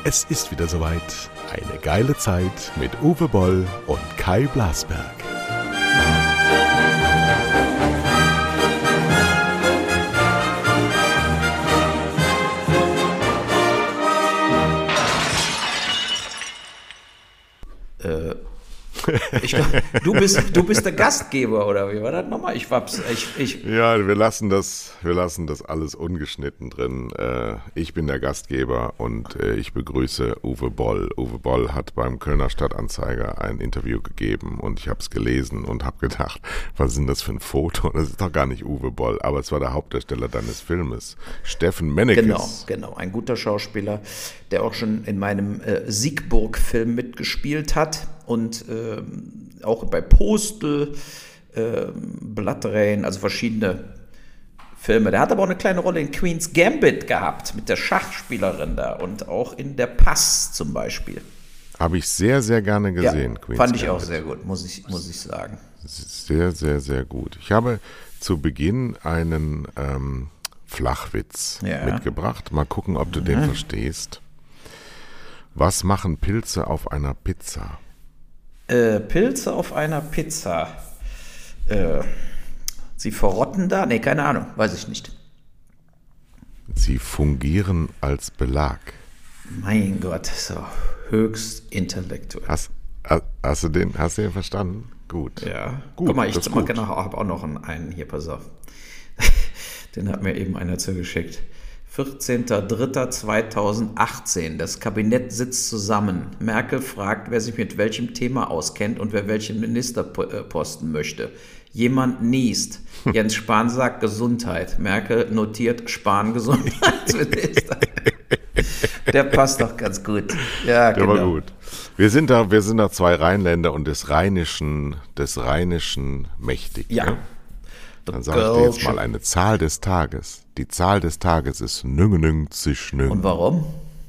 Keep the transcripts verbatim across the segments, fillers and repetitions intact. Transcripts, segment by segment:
Es ist wieder soweit. Eine geile Zeit mit Uwe Boll und Kai Blasberg. Äh, ich glaub, du bist du bist der Gastgeber, oder wie war das nochmal? Ich war's, ich, ich Ja, wir lassen das, wir lassen das alles ungeschnitten drin. Äh, ich bin der Gastgeber und äh, ich begrüße Uwe Boll. Uwe Boll hat beim Kölner Stadtanzeiger ein Interview gegeben und ich habe es gelesen und habe gedacht, was ist denn das für ein Foto? Das ist doch gar nicht Uwe Boll, aber es war der Hauptdarsteller deines Filmes, Steffen Mennekes. Genau, genau, ein guter Schauspieler, der auch schon in meinem äh, Siegburg-Film mitgespielt hat und ähm, auch bei Postel, äh, Blood Rain, also verschiedene Filme. Der hat aber auch eine kleine Rolle in Queen's Gambit gehabt, mit der Schachspielerin da und auch in Der Pass zum Beispiel. Habe ich sehr, sehr gerne gesehen. Ja, Queen's fand ich Gambit. auch sehr gut, muss ich, muss ich sagen. Sehr, sehr, sehr gut. Ich habe zu Beginn einen ähm, Flachwitz Ja. mitgebracht. Mal gucken, ob du den verstehst. Was machen Pilze auf einer Pizza? Äh, Pilze auf einer Pizza. Äh, sie verrotten da? Nee, keine Ahnung, weiß ich nicht. Sie fungieren als Belag. Mein Gott, so höchst intellektuell. Hast, hast, du, den, hast du den verstanden? Gut. Ja, Gut, guck mal, ich das ist mal, gut. genau, habe auch noch einen hier, pass auf. Den hat mir eben einer zugeschickt. vierzehnter dritter zweitausendachtzehn. Das Kabinett sitzt zusammen. Merkel fragt, wer sich mit welchem Thema auskennt und wer welchen Ministerposten möchte. Jemand niest. Jens Spahn sagt Gesundheit. Merkel notiert Spahn Gesundheitsminister. Der passt doch ganz gut. Ja, Der genau. war gut. Wir sind da, wir sind da zwei Rheinländer und des Rheinischen, des Rheinischen mächtig. Ja. Ne? Dann sage ich dir jetzt mal eine Zahl des Tages. Die Zahl des Tages ist neunundneunzig. Und warum?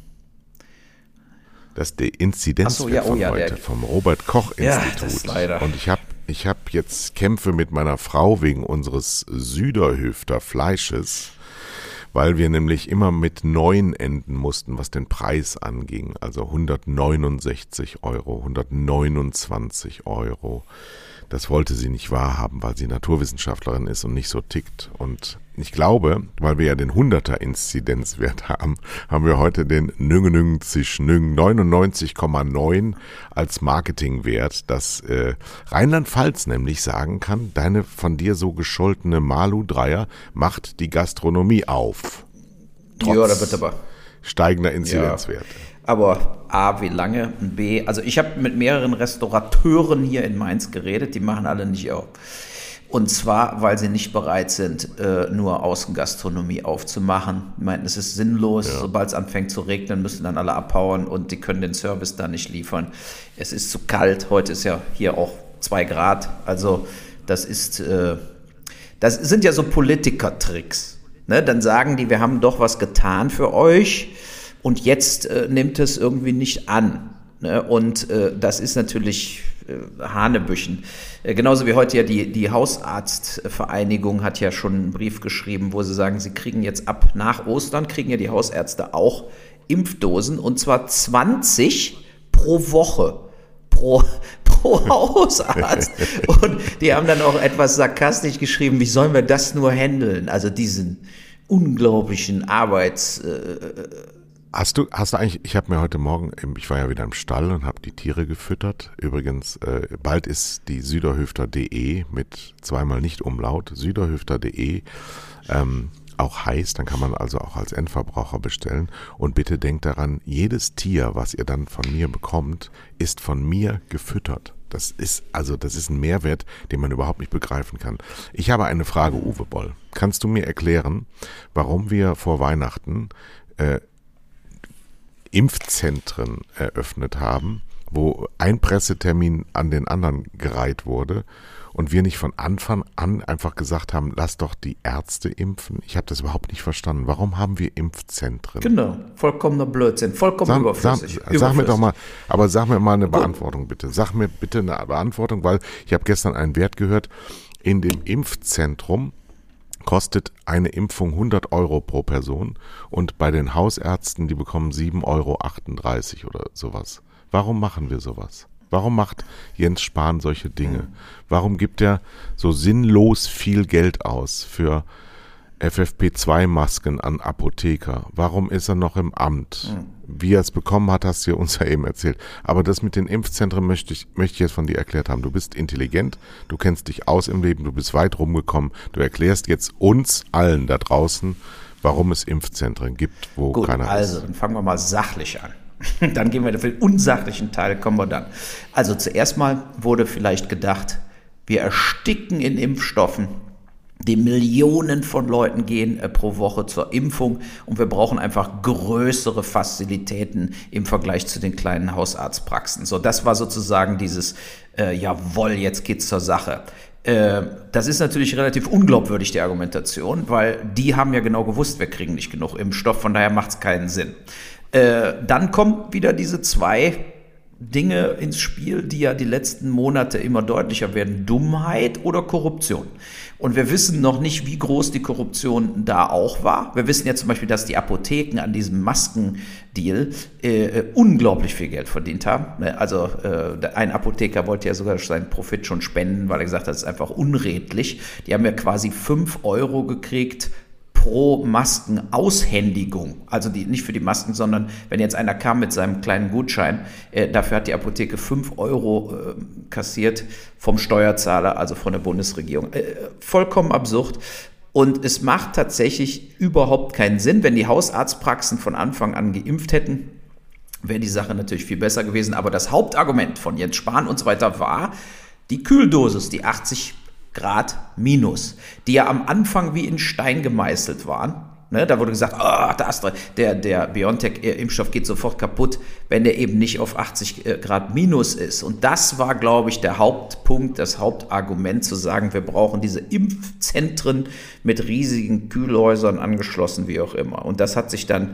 Das ist der Inzidenzwert Ach so, ja, oh von ja, heute, der- vom Robert-Koch-Institut. Ja, das ist leider. Und ich habe ich hab jetzt Kämpfe mit meiner Frau wegen unseres Süderhöfter Fleisches, weil wir nämlich immer mit neun enden mussten, was den Preis anging. Also hundertneunundsechzig Euro, hundertneunundzwanzig Euro. Das wollte sie nicht wahrhaben, weil sie Naturwissenschaftlerin ist und nicht so tickt. Und ich glaube, weil wir ja den hunderter-Inzidenzwert haben, haben wir heute den neunundneunzig, neunundneunzig Komma neun als Marketingwert, dass äh, Rheinland-Pfalz nämlich sagen kann, deine von dir so gescholtene Malu-Dreier macht die Gastronomie auf. Trotz Ja, da wird aber. steigender Inzidenzwerte. Aber A, wie lange? Und B, also ich habe mit mehreren Restaurateuren hier in Mainz geredet, die machen alle nicht auf. Und zwar, weil sie nicht bereit sind, äh, nur Außengastronomie aufzumachen. Die meinten, es ist sinnlos, Ja. sobald es anfängt zu regnen, müssen dann alle abhauen und die können den Service da nicht liefern. Es ist zu kalt, heute ist ja hier auch zwei Grad, also das ist, äh, das sind ja so Politikertricks. Ne? Dann sagen die, wir haben doch was getan für euch. Und jetzt äh, nimmt es irgendwie nicht an. Ne? Und äh, das ist natürlich äh, Hanebüchen. Äh, genauso wie heute ja die, die Hausarztvereinigung hat ja schon einen Brief geschrieben, wo sie sagen, sie kriegen jetzt ab nach Ostern, kriegen ja die Hausärzte auch Impfdosen. Und zwar zwanzig pro Woche. Pro, pro Hausarzt. Und die haben dann auch etwas sarkastisch geschrieben, wie sollen wir das nur handeln? Also diesen unglaublichen Arbeits... Äh, Hast du, hast du eigentlich, ich habe mir heute Morgen, ich war ja wieder im Stall und habe die Tiere gefüttert. Übrigens, äh, bald ist die Süderhöfter punkt de mit zweimal nicht Umlaut, Süderhöfter punkt de ähm, auch heiß, dann kann man also auch als Endverbraucher bestellen. Und bitte denkt daran, jedes Tier, was ihr dann von mir bekommt, ist von mir gefüttert. Das ist, also das ist ein Mehrwert, den man überhaupt nicht begreifen kann. Ich habe eine Frage, Uwe Boll. Kannst du mir erklären, warum wir vor Weihnachten äh, Impfzentren eröffnet haben, wo ein Pressetermin an den anderen gereiht wurde und wir nicht von Anfang an einfach gesagt haben, lass doch die Ärzte impfen? Ich habe das überhaupt nicht verstanden. Warum haben wir Impfzentren? Genau, vollkommener Blödsinn, vollkommen Sag, überflüssig. sag, sag überflüssig. mir doch mal, aber sag mir mal eine Beantwortung bitte. Sag mir bitte eine Beantwortung, weil ich habe gestern einen Wert gehört, in dem Impfzentrum kostet eine Impfung hundert Euro pro Person und bei den Hausärzten, die bekommen sieben Euro achtunddreißig oder sowas. Warum machen wir sowas? Warum macht Jens Spahn solche Dinge? Warum gibt er so sinnlos viel Geld aus für F F P zwei Masken an Apotheker? Warum ist er noch im Amt? Wie er es bekommen hat, hast du uns ja eben erzählt. Aber das mit den Impfzentren möchte ich, möchte ich jetzt von dir erklärt haben. Du bist intelligent, du kennst dich aus im Leben, du bist weit rumgekommen. Du erklärst jetzt uns allen da draußen, warum es Impfzentren gibt, wo Gut, keiner also, ist. Also, dann fangen wir mal sachlich an. Dann gehen wir für den unsachlichen Teil, kommen wir dann. Also zuerst mal wurde vielleicht gedacht, wir ersticken in Impfstoffen, die Millionen von Leuten gehen äh, pro Woche zur Impfung und wir brauchen einfach größere Fazilitäten im Vergleich zu den kleinen Hausarztpraxen. So, das war sozusagen dieses, äh, jawohl, jetzt geht's zur Sache. Äh, das ist natürlich relativ unglaubwürdig, die Argumentation, weil die haben ja genau gewusst, wir kriegen nicht genug Impfstoff, von daher macht es keinen Sinn. Äh, dann kommen wieder diese zwei Dinge ins Spiel, die ja die letzten Monate immer deutlicher werden. Dummheit oder Korruption. Und wir wissen noch nicht, wie groß die Korruption da auch war. Wir wissen ja zum Beispiel, dass die Apotheken an diesem Maskendeal äh, unglaublich viel Geld verdient haben. Also äh, ein Apotheker wollte ja sogar seinen Profit schon spenden, weil er gesagt hat, das ist einfach unredlich. Die haben ja quasi fünf Euro gekriegt pro Maskenaushändigung, also die, nicht für die Masken, sondern wenn jetzt einer kam mit seinem kleinen Gutschein, äh, dafür hat die Apotheke fünf Euro äh, kassiert vom Steuerzahler, also von der Bundesregierung. Äh, vollkommen absurd. Und es macht tatsächlich überhaupt keinen Sinn, wenn die Hausarztpraxen von Anfang an geimpft hätten, wäre die Sache natürlich viel besser gewesen. Aber das Hauptargument von Jens Spahn und so weiter war die Kühldosis, die achtzig Grad minus, die ja am Anfang wie in Stein gemeißelt waren. Ne, da wurde gesagt, oh, der, Astra, der, der BioNTech-Impfstoff geht sofort kaputt, wenn der eben nicht auf achtzig Grad minus ist. Und das war, glaube ich, der Hauptpunkt, das Hauptargument zu sagen, wir brauchen diese Impfzentren mit riesigen Kühlhäusern angeschlossen, wie auch immer. Und das hat sich dann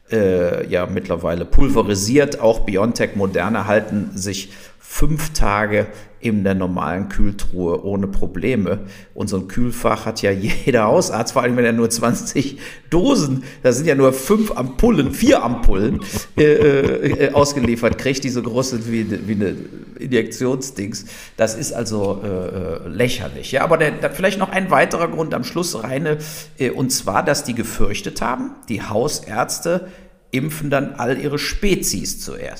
äh, ja mittlerweile pulverisiert. Auch BioNTech, Moderna halten sich fünf Tage in der normalen Kühltruhe ohne Probleme. Und so ein Kühlfach hat ja jeder Hausarzt, vor allem wenn er nur zwanzig Dosen, da sind ja nur fünf Ampullen, vier Ampullen äh, äh, ausgeliefert kriegt, die so groß sind wie, wie eine Injektionsdings. Das ist also äh, lächerlich. Ja, aber der, der, vielleicht noch ein weiterer Grund am Schluss, Reine, äh, und zwar, dass die gefürchtet haben, die Hausärzte impfen dann all ihre Spezies zuerst.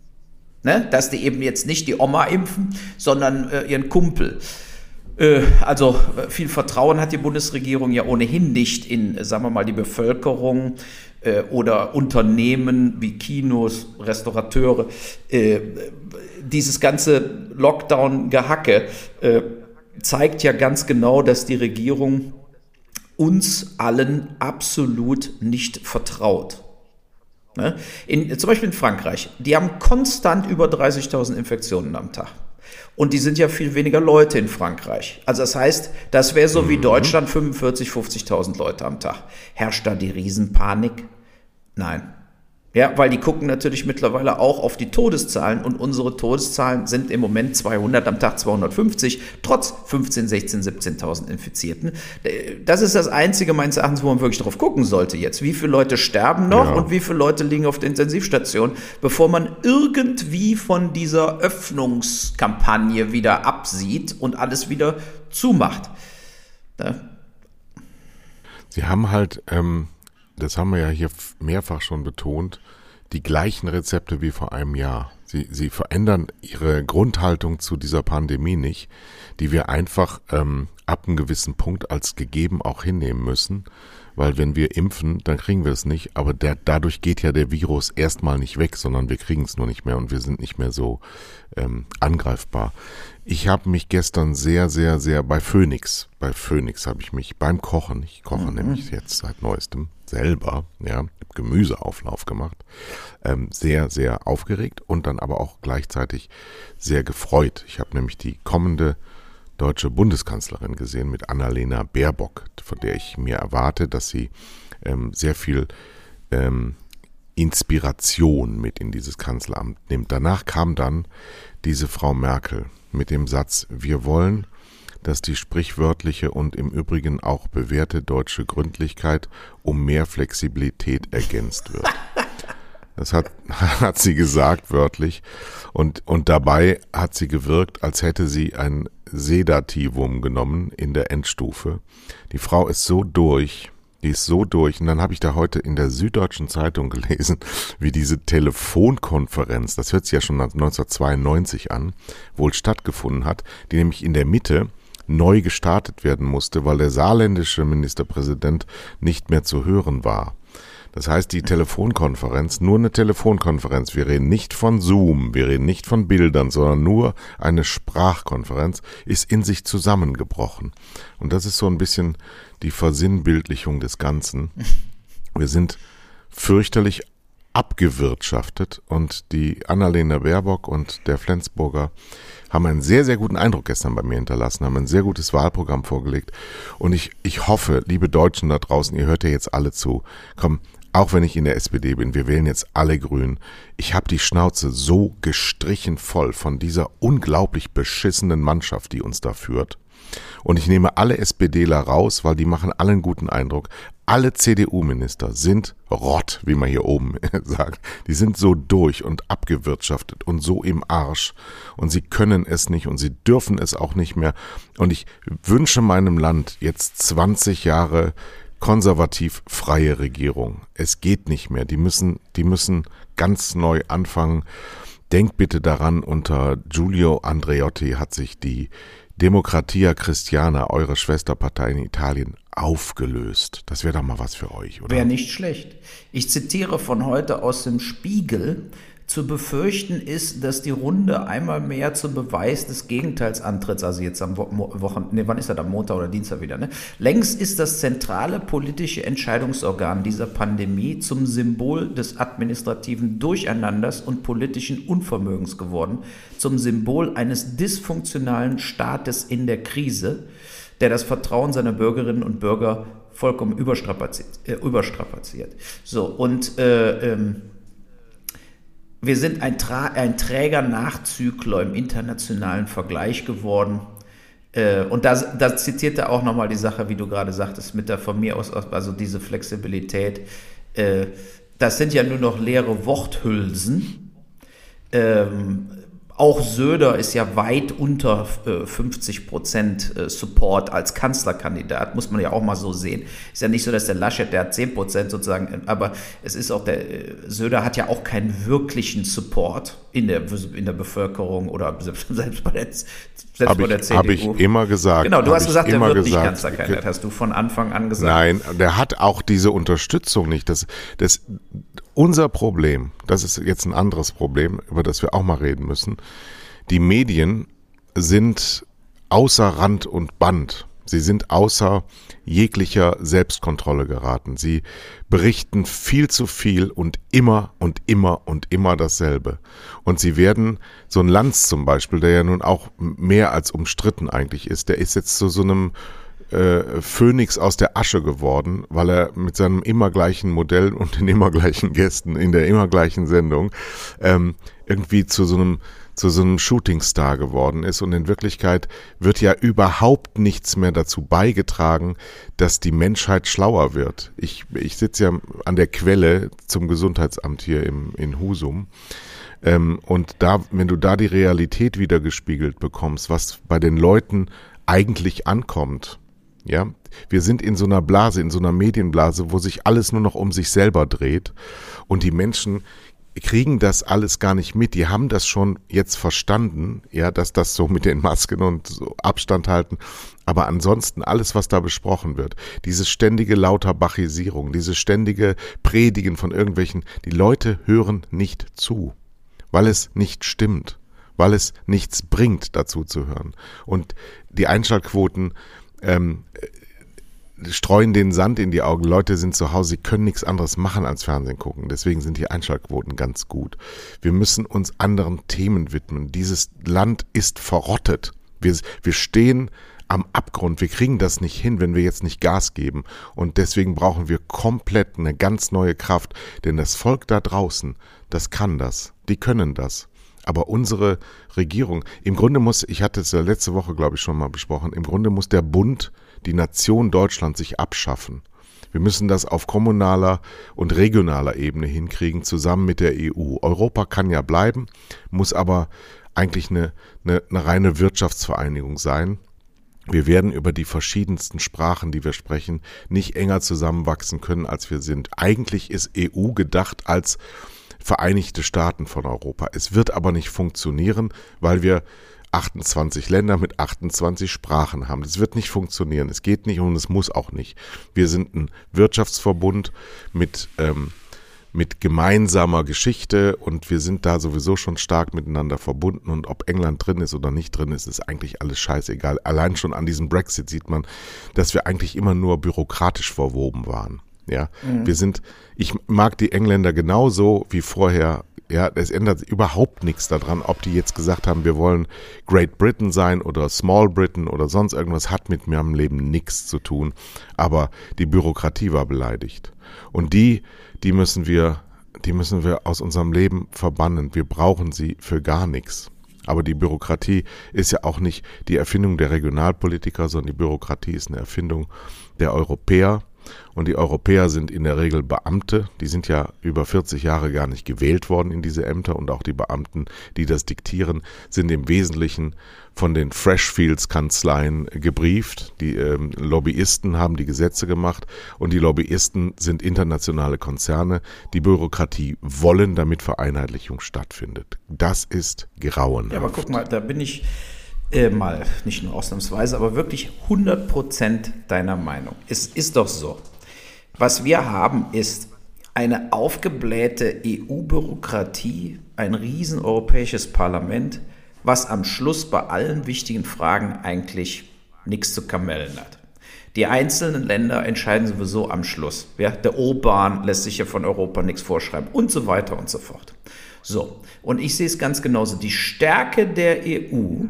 Ne? Dass die eben jetzt nicht die Oma impfen, sondern äh, ihren Kumpel. Äh, also äh, viel Vertrauen hat die Bundesregierung ja ohnehin nicht in, sagen wir mal, die Bevölkerung äh, oder Unternehmen wie Kinos, Restaurateure. Äh, dieses ganze Lockdown-Gehacke äh, zeigt ja ganz genau, dass die Regierung uns allen absolut nicht vertraut. In, zum Beispiel in Frankreich, die haben konstant über dreißigtausend Infektionen am Tag. Und die sind ja viel weniger Leute in Frankreich. Also das heißt, das wäre so wie Deutschland, fünfundvierzigtausend, fünfzigtausend Leute am Tag. Herrscht da die Riesenpanik? Nein. Ja, weil die gucken natürlich mittlerweile auch auf die Todeszahlen und unsere Todeszahlen sind im Moment zweihundert, am Tag zweihundertfünfzig, trotz fünfzehntausend, sechzehntausend, siebzehntausend Infizierten. Das ist das Einzige meines Erachtens, wo man wirklich drauf gucken sollte jetzt. Wie viele Leute sterben noch ja. und wie viele Leute liegen auf der Intensivstation, bevor man irgendwie von dieser Öffnungskampagne wieder absieht und alles wieder zumacht. Ja. Sie haben halt... Ähm Das haben wir ja hier mehrfach schon betont, die gleichen Rezepte wie vor einem Jahr. Sie, sie verändern ihre Grundhaltung zu dieser Pandemie nicht, die wir einfach ähm, ab einem gewissen Punkt als gegeben auch hinnehmen müssen, weil wenn wir impfen, dann kriegen wir es nicht, aber der, dadurch geht ja der Virus erstmal nicht weg, sondern wir kriegen es nur nicht mehr und wir sind nicht mehr so ähm, angreifbar. Ich habe mich gestern sehr, sehr, sehr bei Phoenix, bei Phoenix habe ich mich beim Kochen, ich koche mhm. nämlich jetzt seit neuestem selber, ja, Gemüseauflauf gemacht, ähm, sehr, sehr aufgeregt und dann aber auch gleichzeitig sehr gefreut. Ich habe nämlich die kommende deutsche Bundeskanzlerin gesehen mit Annalena Baerbock, von der ich mir erwarte, dass sie ähm, sehr viel ähm, Inspiration mit in dieses Kanzleramt nimmt. Danach kam dann diese Frau Merkel mit dem Satz, wir wollen, dass die sprichwörtliche und im Übrigen auch bewährte deutsche Gründlichkeit um mehr Flexibilität ergänzt wird. Das hat, hat sie gesagt, wörtlich. Und, und dabei hat sie gewirkt, als hätte sie ein Sedativum genommen in der Endstufe. Die Frau ist so durch, die ist so durch. Und dann habe ich da heute in der Süddeutschen Zeitung gelesen, wie diese Telefonkonferenz, das hört sich ja schon neunzehnhundertzweiundneunzig an, wohl stattgefunden hat, die nämlich in der Mitte neu gestartet werden musste, weil der saarländische Ministerpräsident nicht mehr zu hören war. Das heißt, die Telefonkonferenz, nur eine Telefonkonferenz, wir reden nicht von Zoom, wir reden nicht von Bildern, sondern nur eine Sprachkonferenz, ist in sich zusammengebrochen. Und das ist so ein bisschen die Versinnbildlichung des Ganzen. Wir sind fürchterlich abgewirtschaftet und die Annalena Baerbock und der Flensburger haben einen sehr, sehr guten Eindruck gestern bei mir hinterlassen, haben ein sehr gutes Wahlprogramm vorgelegt. Und ich, ich hoffe, liebe Deutschen da draußen, ihr hört ja jetzt alle zu, komm, auch wenn ich in der S P D bin, wir wählen jetzt alle Grün. Ich habe die Schnauze so gestrichen voll von dieser unglaublich beschissenen Mannschaft, die uns da führt. Und ich nehme alle SPDler raus, weil die machen alle einen guten Eindruck. Alle C D U-Minister sind Rott, wie man hier oben sagt. Die sind so durch und abgewirtschaftet und so im Arsch. Und sie können es nicht und sie dürfen es auch nicht mehr. Und ich wünsche meinem Land jetzt zwanzig Jahre konservativ freie Regierung. Es geht nicht mehr. Die müssen, die müssen ganz neu anfangen. Denkt bitte daran, unter Giulio Andreotti hat sich die Democrazia Cristiana, eure Schwesterpartei in Italien, aufgelöst. Das wäre doch mal was für euch, oder? Wäre nicht schlecht. Ich zitiere von heute aus dem Spiegel: Zu befürchten ist, dass die Runde einmal mehr zum Beweis des Gegenteils antritt, also jetzt am Wochenende, ne, wann ist das, am Montag oder Dienstag wieder, ne? Längst ist das zentrale politische Entscheidungsorgan dieser Pandemie zum Symbol des administrativen Durcheinanders und politischen Unvermögens geworden, zum Symbol eines dysfunktionalen Staates in der Krise, der das Vertrauen seiner Bürgerinnen und Bürger vollkommen überstrapaziert. Äh, überstrapaziert. So, und äh, ähm, wir sind ein, Tra- ein träger Nachzügler im internationalen Vergleich geworden. Äh, und da, da zitiert er auch nochmal die Sache, wie du gerade sagtest, mit der von mir aus, also diese Flexibilität. Äh, das sind ja nur noch leere Worthülsen. Ähm, Auch Söder ist ja weit unter äh, fünfzig Prozent äh, Support als Kanzlerkandidat, muss man ja auch mal so sehen. Ist ja nicht so, dass der Laschet, der hat zehn Prozent sozusagen, aber es ist auch, der äh, Söder hat ja auch keinen wirklichen Support in der, in der Bevölkerung oder selbst, selbst bei der, selbst bei der C D U. Habe ich immer gesagt. Genau, du hast gesagt, der wird gesagt, nicht Kanzlerkandidat, hast du von Anfang an gesagt. Nein, der hat auch diese Unterstützung nicht. Das, das, unser Problem, das ist jetzt ein anderes Problem, über das wir auch mal reden müssen. Die Medien sind außer Rand und Band. Sie sind außer jeglicher Selbstkontrolle geraten. Sie berichten viel zu viel und immer und immer und immer dasselbe. Und sie werden, so ein Lanz zum Beispiel, der ja nun auch mehr als umstritten eigentlich ist, der ist jetzt zu so einem Äh, Phönix aus der Asche geworden, weil er mit seinem immer gleichen Modell und den immer gleichen Gästen in der immer gleichen Sendung ähm, irgendwie zu so einem zu so einem Shootingstar geworden ist. Und in Wirklichkeit wird ja überhaupt nichts mehr dazu beigetragen, dass die Menschheit schlauer wird. Ich, ich sitze ja an der Quelle zum Gesundheitsamt hier im, in Husum. Ähm, und da, wenn du da die Realität wieder gespiegelt bekommst, was bei den Leuten eigentlich ankommt, ja, wir sind in so einer Blase, in so einer Medienblase, wo sich alles nur noch um sich selber dreht und die Menschen kriegen das alles gar nicht mit. Die haben das schon jetzt verstanden, ja, dass das so mit den Masken und so Abstand halten. Aber ansonsten alles, was da besprochen wird, diese ständige Lauterbachisierung, diese ständige Predigen von irgendwelchen, die Leute hören nicht zu, weil es nicht stimmt, weil es nichts bringt, dazu zu hören. Und die Einschaltquoten ähm, streuen den Sand in die Augen. Leute sind zu Hause, sie können nichts anderes machen als Fernsehen gucken. Deswegen sind die Einschaltquoten ganz gut. Wir müssen uns anderen Themen widmen. Dieses Land ist verrottet. Wir, wir stehen am Abgrund. Wir kriegen das nicht hin, wenn wir jetzt nicht Gas geben. Und deswegen brauchen wir komplett eine ganz neue Kraft. Denn das Volk da draußen, das kann das. Die können das. Aber unsere Regierung, im Grunde muss, ich hatte es ja letzte Woche, glaube ich, schon mal besprochen, im Grunde muss der Bund, die Nation Deutschland sich abschaffen. Wir müssen das auf kommunaler und regionaler Ebene hinkriegen, zusammen mit der E U. Europa kann ja bleiben, muss aber eigentlich eine, eine, eine reine Wirtschaftsvereinigung sein. Wir werden über die verschiedensten Sprachen, die wir sprechen, nicht enger zusammenwachsen können, als wir sind. Eigentlich ist E U gedacht als Vereinigte Staaten von Europa. Es wird aber nicht funktionieren, weil wir achtundzwanzig Länder mit achtundzwanzig Sprachen haben. Das wird nicht funktionieren. Es geht nicht und es muss auch nicht. Wir sind ein Wirtschaftsverbund mit, ähm, mit gemeinsamer Geschichte und wir sind da sowieso schon stark miteinander verbunden und ob England drin ist oder nicht drin ist, ist eigentlich alles scheißegal. Allein schon an diesem Brexit sieht man, dass wir eigentlich immer nur bürokratisch verwoben waren. Ja, mhm. wir sind, ich mag die Engländer genauso wie vorher. Ja, es ändert überhaupt nichts daran, ob die jetzt gesagt haben, wir wollen Great Britain sein oder Small Britain oder sonst irgendwas, hat mit meinem Leben nichts zu tun. Aber die Bürokratie war beleidigt. Und die, die müssen wir, die müssen wir aus unserem Leben verbannen. Wir brauchen sie für gar nichts. Aber die Bürokratie ist ja auch nicht die Erfindung der Regionalpolitiker, sondern die Bürokratie ist eine Erfindung der Europäer. Und die Europäer sind in der Regel Beamte, die sind ja über vierzig Jahre gar nicht gewählt worden in diese Ämter und auch die Beamten, die das diktieren, sind im Wesentlichen von den Freshfields-Kanzleien gebrieft. Die ähm, Lobbyisten haben die Gesetze gemacht und die Lobbyisten sind internationale Konzerne, die Bürokratie wollen, damit Vereinheitlichung stattfindet. Das ist grauenhaft. Ja, aber guck mal, da bin ich... Äh, mal, nicht nur ausnahmsweise, aber wirklich hundert Prozent deiner Meinung. Es ist doch so, was wir haben, ist eine aufgeblähte E U-Bürokratie, ein riesen europäisches Parlament, was am Schluss bei allen wichtigen Fragen eigentlich nichts zu kamellen hat. Die einzelnen Länder entscheiden sowieso am Schluss. Ja, der Orban lässt sich ja von Europa nichts vorschreiben und so weiter und so fort. So, und ich sehe es ganz genauso. Die Stärke der E U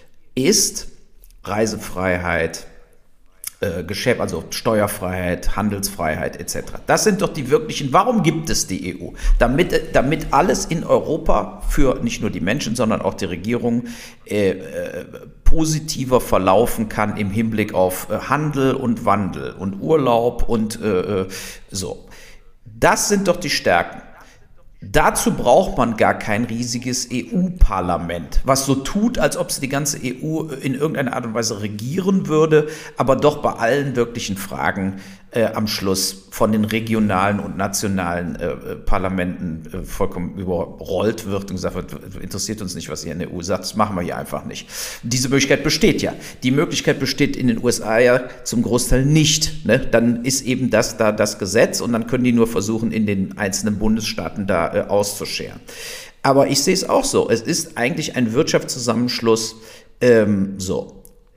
ist Reisefreiheit, äh, Geschäft, also Steuerfreiheit, Handelsfreiheit et cetera. Das sind doch die wirklichen, warum gibt es die E U? Damit, damit alles in Europa für nicht nur die Menschen, sondern auch die Regierung äh, äh, positiver verlaufen kann im Hinblick auf äh, Handel und Wandel und Urlaub und äh, so. Das sind doch die Stärken. Dazu braucht man gar kein riesiges E U-Parlament, was so tut, als ob sie die ganze E U in irgendeiner Art und Weise regieren würde, aber doch bei allen wirklichen Fragen äh, am Schluss von den regionalen und nationalen äh, Parlamenten äh, vollkommen überrollt wird und gesagt wird, interessiert uns nicht, was ihr in der E U sagt, das machen wir hier einfach nicht. Diese Möglichkeit besteht ja. Die Möglichkeit besteht in den U S A ja zum Großteil nicht. Ne? Dann ist eben das da das Gesetz und dann können die nur versuchen, in den einzelnen Bundesstaaten da äh, auszuscheren. Aber ich sehe es auch so. Es ist eigentlich ein Wirtschaftszusammenschluss ähm, so.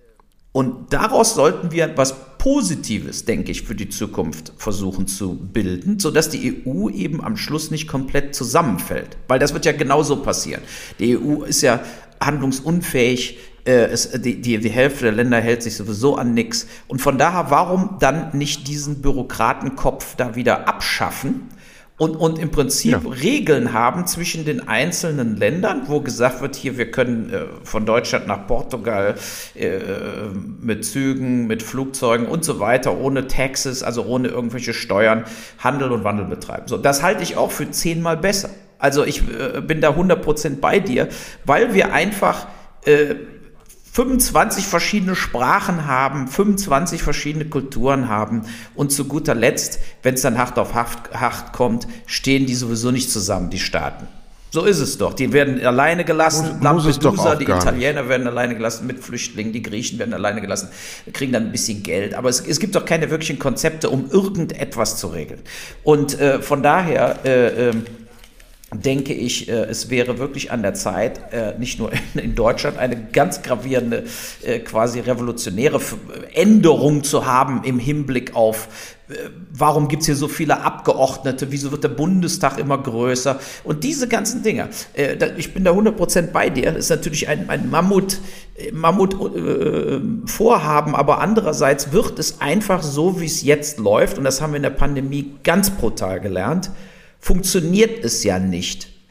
Und daraus sollten wir was Positives, denke ich, für die Zukunft versuchen zu bilden, sodass die E U eben am Schluss nicht komplett zusammenfällt. Weil das wird ja genauso passieren. Die E U ist ja handlungsunfähig, äh, es, die, die, die Hälfte der Länder hält sich sowieso an nichts. Und von daher, warum dann nicht diesen Bürokratenkopf da wieder abschaffen? Und, und im Prinzip ja. Regeln haben zwischen den einzelnen Ländern, wo gesagt wird, hier, wir können äh, von Deutschland nach Portugal äh, mit Zügen, mit Flugzeugen und so weiter, ohne Taxes, also ohne irgendwelche Steuern, Handel und Wandel betreiben. So, das halte ich auch für zehnmal besser. Also ich äh, bin da hundert Prozent bei dir, weil wir einfach äh, fünfundzwanzig verschiedene Sprachen haben, fünfundzwanzig verschiedene Kulturen haben und zu guter Letzt, wenn es dann hart auf hart kommt, stehen die sowieso nicht zusammen, die Staaten. So ist es doch. Die werden alleine gelassen, muss, muss Lampedusa, die Italiener werden alleine gelassen mit Flüchtlingen, die Griechen werden alleine gelassen, kriegen dann ein bisschen Geld. Aber es, es gibt doch keine wirklichen Konzepte, um irgendetwas zu regeln. Und äh, von daher äh, äh, denke ich, es wäre wirklich an der Zeit, nicht nur in Deutschland eine ganz gravierende, quasi revolutionäre Änderung zu haben im Hinblick auf, warum gibt es hier so viele Abgeordnete, wieso wird der Bundestag immer größer und diese ganzen Dinge. Ich bin da hundert Prozent bei dir, das ist natürlich ein, ein Mammut, Mammut äh, Vorhaben, aber andererseits wird es einfach so, wie es jetzt läuft, und das haben wir in der Pandemie ganz brutal gelernt, funktioniert es ja nicht.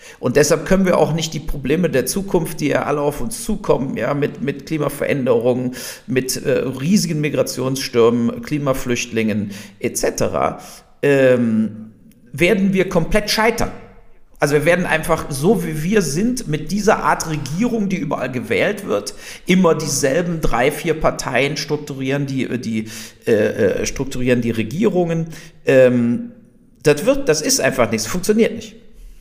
Und deshalb können wir auch nicht die Probleme der Zukunft, die ja alle auf uns zukommen, ja, mit, mit Klimaveränderungen, mit äh, riesigen Migrationsstürmen, Klimaflüchtlingen et cetera, ähm, werden wir komplett scheitern. Also wir werden einfach so, wie wir sind, mit dieser Art Regierung, die überall gewählt wird, immer dieselben drei, vier Parteien strukturieren die, die, äh, strukturieren die Regierungen. Ähm, das wird, das ist einfach nichts, funktioniert nicht.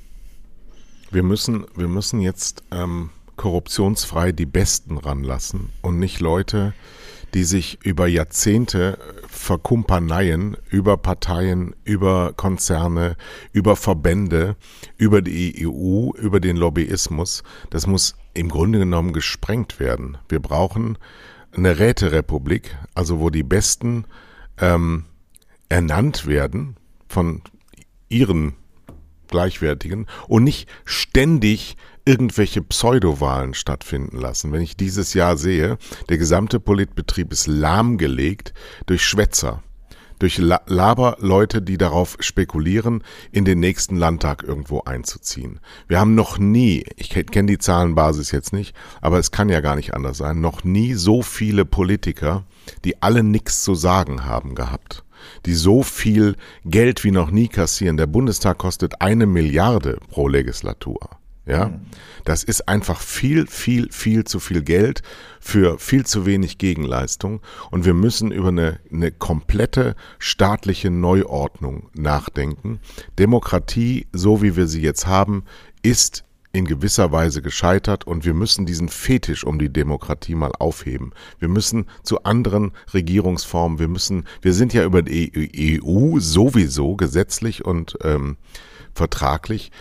Wir müssen, wir müssen jetzt ähm, korruptionsfrei die Besten ranlassen und nicht Leute, die sich über Jahrzehnte verkumperneien, über Parteien, über Konzerne, über Verbände, über die E U, über den Lobbyismus. Das muss im Grunde genommen gesprengt werden. Wir brauchen eine Räterepublik, also wo die Besten ähm, ernannt werden von ihren Gleichwertigen und nicht ständig irgendwelche Pseudowahlen stattfinden lassen. Wenn ich dieses Jahr sehe, der gesamte Politbetrieb ist lahmgelegt durch Schwätzer, durch La- Laberleute, die darauf spekulieren, in den nächsten Landtag irgendwo einzuziehen. Wir haben noch nie, ich kenne die Zahlenbasis jetzt nicht, aber es kann ja gar nicht anders sein, noch nie so viele Politiker, die alle nichts zu sagen haben, gehabt, die so viel Geld wie noch nie kassieren. Der Bundestag kostet eine Milliarde pro Legislatur. Ja, das ist einfach viel, viel, viel zu viel Geld für viel zu wenig Gegenleistung. Und wir müssen über eine, eine komplette staatliche Neuordnung nachdenken. Demokratie, so wie wir sie jetzt haben, ist in gewisser Weise gescheitert und wir müssen diesen Fetisch um die Demokratie mal aufheben. Wir müssen zu anderen Regierungsformen, wir müssen, wir sind ja über die E U sowieso gesetzlich und ähm, vertraglich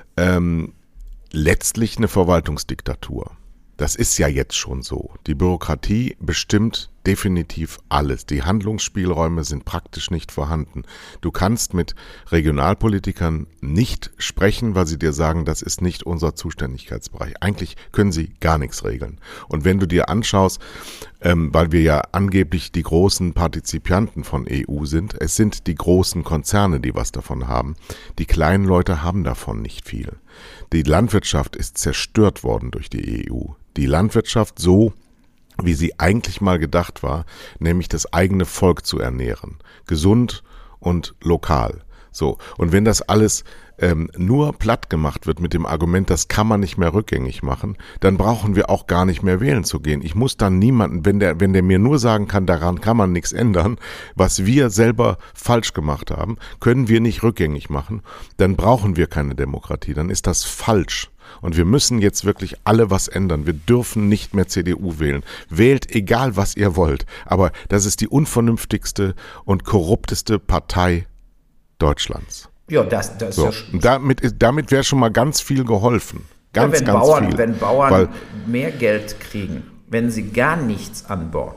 ähm, letztlich eine Verwaltungsdiktatur. Das ist ja jetzt schon so. Die Bürokratie bestimmt definitiv alles. Die Handlungsspielräume sind praktisch nicht vorhanden. Du kannst mit Regionalpolitikern nicht sprechen, weil sie dir sagen, das ist nicht unser Zuständigkeitsbereich. Eigentlich können sie gar nichts regeln. Und wenn du dir anschaust, ähm, weil wir ja angeblich die großen Partizipanten von E U sind, es sind die großen Konzerne, die was davon haben. Die kleinen Leute haben davon nicht viel. Die Landwirtschaft ist zerstört worden durch die E U. Die Landwirtschaft so, wie sie eigentlich mal gedacht war, nämlich das eigene Volk zu ernähren. Gesund und lokal. So. Und wenn das alles ähm, nur platt gemacht wird mit dem Argument, das kann man nicht mehr rückgängig machen, dann brauchen wir auch gar nicht mehr wählen zu gehen. Ich muss dann niemanden, wenn der, wenn der mir nur sagen kann, daran kann man nichts ändern, was wir selber falsch gemacht haben, können wir nicht rückgängig machen, dann brauchen wir keine Demokratie, dann ist das falsch. Und wir müssen jetzt wirklich alle was ändern. Wir dürfen nicht mehr C D U wählen. Wählt egal, was ihr wollt. Aber das ist die unvernünftigste und korrupteste Partei Deutschlands. Ja, das, das so. ist ja. Damit, damit wäre schon mal ganz viel geholfen. Ganz, ja, wenn ganz Bauern, viel. Wenn Bauern Weil, mehr Geld kriegen, wenn sie gar nichts anbauen.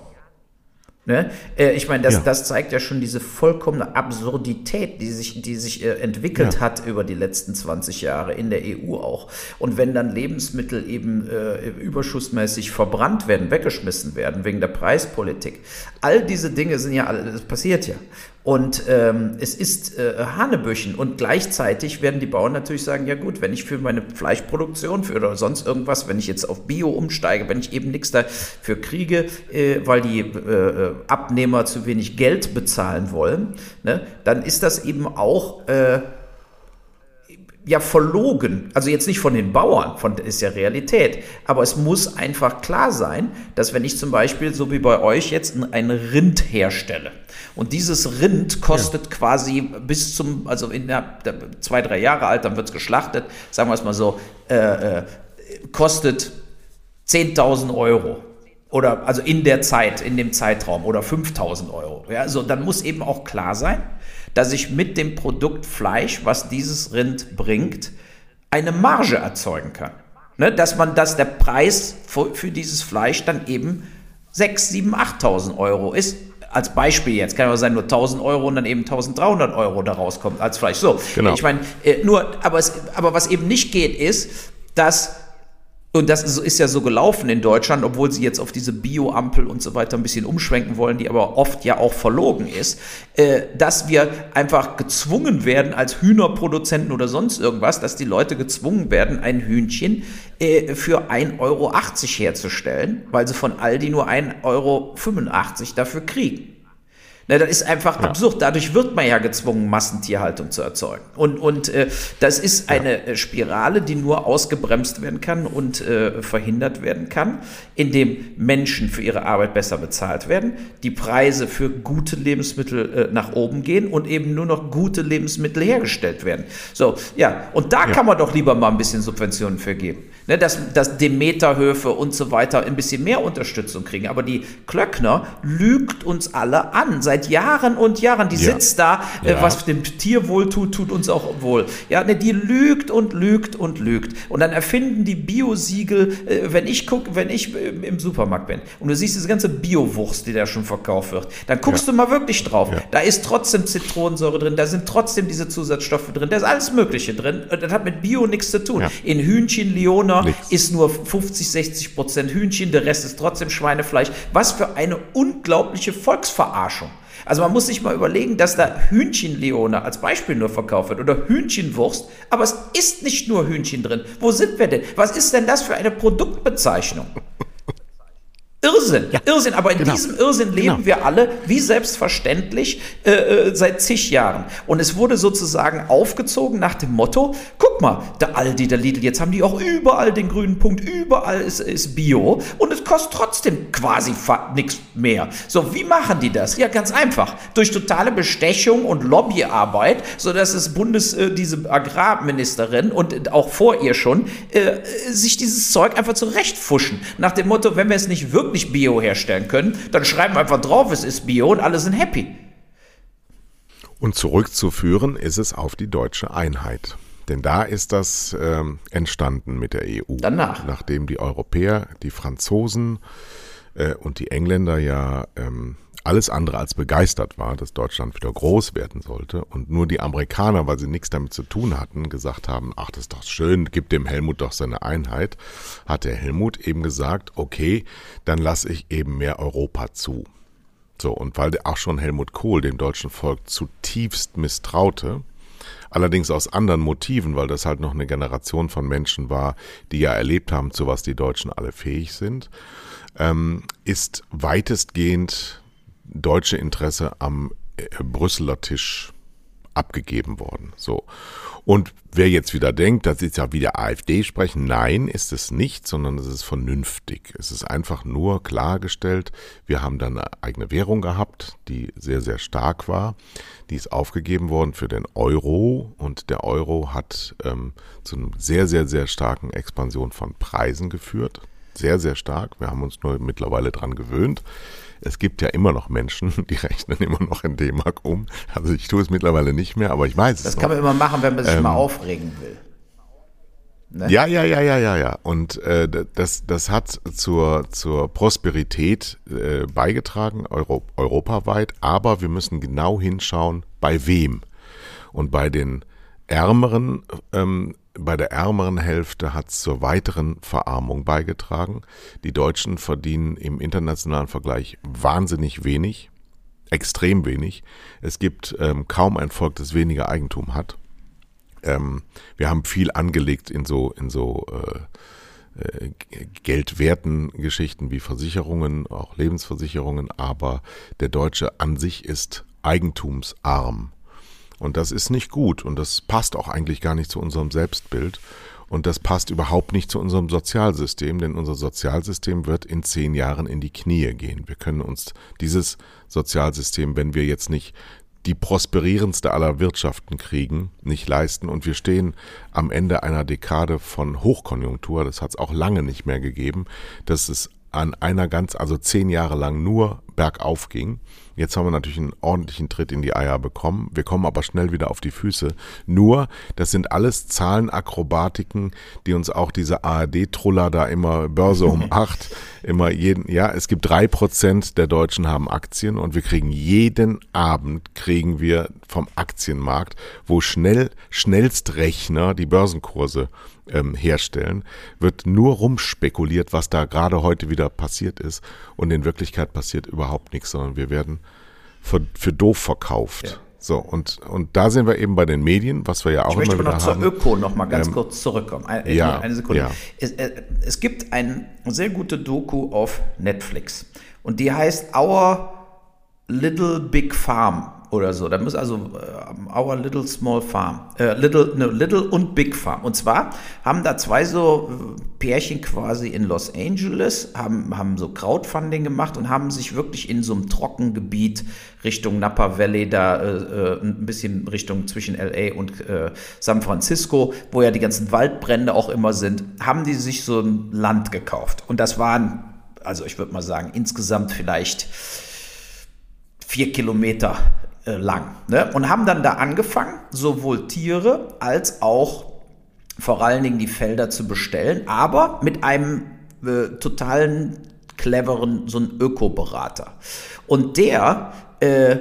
Ne? Äh, ich meine, das, ja. das zeigt ja schon diese vollkommene Absurdität, die sich, die sich äh, entwickelt ja. hat über die letzten zwanzig Jahre in der E U auch. Und wenn dann Lebensmittel eben äh, überschussmäßig verbrannt werden, weggeschmissen werden wegen der Preispolitik, all diese Dinge sind ja, das passiert ja. Und ähm, es ist äh, Hanebüchen und gleichzeitig werden die Bauern natürlich sagen, ja gut, wenn ich für meine Fleischproduktion für oder sonst irgendwas, wenn ich jetzt auf Bio umsteige, wenn ich eben nichts dafür kriege, äh, weil die äh, Abnehmer zu wenig Geld bezahlen wollen, ne, dann ist das eben auch äh, ja verlogen. Also jetzt nicht von den Bauern, von das ist ja Realität, aber es muss einfach klar sein, dass wenn ich zum Beispiel, so wie bei euch jetzt, ein Rind herstelle, und dieses Rind kostet ja. quasi bis zum, also in der, der zwei, drei Jahre alt, dann wird es geschlachtet, sagen wir es mal so, äh, äh, kostet zehntausend Euro. Oder also in der Zeit, in dem Zeitraum oder fünftausend Euro. Ja, also dann muss eben auch klar sein, dass ich mit dem Produkt Fleisch, was dieses Rind bringt, eine Marge erzeugen kann. Ne, dass man, dass der Preis für, für dieses Fleisch dann eben sechstausend, siebentausend, achttausend Euro ist. Als Beispiel jetzt, kann ja sein, nur tausend Euro und dann eben eintausenddreihundert Euro da rauskommt als Fleisch. So, genau. Ich meine, äh, nur, aber, es, aber was eben nicht geht, ist, dass Und das ist, ist ja so gelaufen in Deutschland, obwohl sie jetzt auf diese Bio-Ampel und so weiter ein bisschen umschwenken wollen, die aber oft ja auch verlogen ist, äh, dass wir einfach gezwungen werden als Hühnerproduzenten oder sonst irgendwas, dass die Leute gezwungen werden, ein Hühnchen äh, für ein Euro achtzig herzustellen, weil sie von Aldi nur ein Euro fünfundachtzig dafür kriegen. Na, das ist einfach ja. absurd. Dadurch wird man ja gezwungen, Massentierhaltung zu erzeugen. Und, und äh, das ist eine ja. Spirale, die nur ausgebremst werden kann und äh, verhindert werden kann, indem Menschen für ihre Arbeit besser bezahlt werden, die Preise für gute Lebensmittel äh, nach oben gehen und eben nur noch gute Lebensmittel hergestellt werden. So, ja, und da ja. kann man doch lieber mal ein bisschen Subventionen für geben. Ne, dass, dass Demeterhöfe und so weiter ein bisschen mehr Unterstützung kriegen. Aber die Klöckner lügt uns alle an. Seit Jahren und Jahren. Die ja. sitzt da, äh, ja. was dem Tier wohl tut, tut uns auch wohl. Ja, ne, die lügt und lügt und lügt. Und dann erfinden die Biosiegel, äh, wenn ich gucke, wenn ich äh, im Supermarkt bin und du siehst diese ganze Biowurst, die da schon verkauft wird, dann guckst ja. du mal wirklich drauf. Ja. Da ist trotzdem Zitronensäure drin, da sind trotzdem diese Zusatzstoffe drin, da ist alles Mögliche drin. Das hat mit Bio nichts zu tun. Ja. In Hühnchen, Leona, Nix. ist nur fünfzig, sechzig Prozent Hühnchen, der Rest ist trotzdem Schweinefleisch. Was für eine unglaubliche Volksverarschung. Also man muss sich mal überlegen, dass da Hühnchen-Leona als Beispiel nur verkauft wird oder Hühnchenwurst, aber es ist nicht nur Hühnchen drin. Wo sind wir denn? Was ist denn das für eine Produktbezeichnung? Irrsinn, ja, Irrsinn, aber in genau. diesem Irrsinn leben genau. wir alle wie selbstverständlich äh, seit zig Jahren. Und es wurde sozusagen aufgezogen nach dem Motto, guck mal, der Aldi, der Lidl, jetzt haben die auch überall den grünen Punkt, überall ist, ist Bio und es kostet trotzdem quasi nichts mehr. So, wie machen die das? Ja, ganz einfach, durch totale Bestechung und Lobbyarbeit, sodass es Bundes, äh, diese Agrarministerin und auch vor ihr schon, äh, sich dieses Zeug einfach zurechtfuschen. Nach dem Motto, wenn wir es nicht wirklich nicht Bio herstellen können, dann schreiben wir einfach drauf, es ist Bio und alle sind happy. Und zurückzuführen ist es auf die deutsche Einheit. Denn da ist das ähm, entstanden mit der E U. Danach. Nachdem die Europäer, die Franzosen äh, und die Engländer ja ähm, alles andere als begeistert war, dass Deutschland wieder groß werden sollte und nur die Amerikaner, weil sie nichts damit zu tun hatten, gesagt haben, ach, das ist doch schön, gib dem Helmut doch seine Einheit, hat der Helmut eben gesagt, okay, dann lasse ich eben mehr Europa zu. So, und weil auch schon Helmut Kohl dem deutschen Volk zutiefst misstraute, allerdings aus anderen Motiven, weil das halt noch eine Generation von Menschen war, die ja erlebt haben, zu was die Deutschen alle fähig sind, ähm, ist weitestgehend deutsche Interesse am äh, Brüsseler Tisch abgegeben worden. So. Und wer jetzt wieder denkt, das ist ja wieder AfD sprechen, nein, ist es nicht, sondern es ist vernünftig. Es ist einfach nur klargestellt, wir haben dann eine eigene Währung gehabt, die sehr, sehr stark war. Die ist aufgegeben worden für den Euro und der Euro hat ähm, zu einer sehr, sehr, sehr starken Expansion von Preisen geführt. Sehr, sehr stark. Wir haben uns nur mittlerweile dran gewöhnt. Es gibt ja immer noch Menschen, die rechnen immer noch in D-Mark um. Also ich tue es mittlerweile nicht mehr, aber ich weiß es Das noch. kann man immer machen, wenn man sich ähm, mal aufregen will. Ne? Ja, ja, ja, ja, ja, ja. Und äh, das, das hat zur, zur Prosperität äh, beigetragen, Euro, europaweit. Aber wir müssen genau hinschauen, bei wem. Und bei den ärmeren ähm, Bei der ärmeren Hälfte hat es zur weiteren Verarmung beigetragen. Die Deutschen verdienen im internationalen Vergleich wahnsinnig wenig, extrem wenig. Es gibt ähm, kaum ein Volk, das weniger Eigentum hat. Ähm, wir haben viel angelegt in so, in so äh, äh, geldwerten Geschichten wie Versicherungen, auch Lebensversicherungen, aber der Deutsche an sich ist eigentumsarm. Und das ist nicht gut und das passt auch eigentlich gar nicht zu unserem Selbstbild und das passt überhaupt nicht zu unserem Sozialsystem, denn unser Sozialsystem wird in zehn Jahren in die Knie gehen. Wir können uns dieses Sozialsystem, wenn wir jetzt nicht die prosperierendste aller Wirtschaften kriegen, nicht leisten und wir stehen am Ende einer Dekade von Hochkonjunktur, das hat es auch lange nicht mehr gegeben, dass es an einer ganz, also zehn Jahre lang nur bergauf ging. Jetzt haben wir natürlich einen ordentlichen Tritt in die Eier bekommen. Wir kommen aber schnell wieder auf die Füße. Nur, das sind alles Zahlenakrobatiken, die uns auch diese A R D-Truller da immer Börse um acht, immer jeden, ja, es gibt drei Prozent der Deutschen haben Aktien und wir kriegen jeden Abend, kriegen wir vom Aktienmarkt, wo schnell, Schnellstrechner die Börsenkurse ähm, herstellen, wird nur rumspekuliert, was da gerade heute wieder passiert ist. Und in Wirklichkeit passiert überhaupt nichts, sondern wir werden für, für doof verkauft. Ja. So, und, und da sind wir eben bei den Medien, was wir ja auch immer wieder haben. Ich möchte aber noch zur Öko noch mal ganz ähm, kurz zurückkommen. Eine, ja, eine Sekunde. Ja. Es, äh, es gibt eine sehr gute Doku auf Netflix und die heißt Our Little Big Farm oder so. Da muss also uh, Our Little Small Farm, äh, Little, ne, Little und Big Farm. Und zwar haben da zwei so Pärchen quasi in Los Angeles, haben, haben so Crowdfunding gemacht und haben sich wirklich in so einem Trockengebiet Richtung Napa Valley, da äh, ein bisschen Richtung zwischen L A und äh, San Francisco, wo ja die ganzen Waldbrände auch immer sind, haben die sich so ein Land gekauft. Und das waren, also ich würde mal sagen, insgesamt vielleicht vier Kilometer äh, lang. Ne? Und haben dann da angefangen, sowohl Tiere als auch vor allen Dingen die Felder zu bestellen, aber mit einem äh, totalen cleveren, so ein Ökoberater. Und der äh,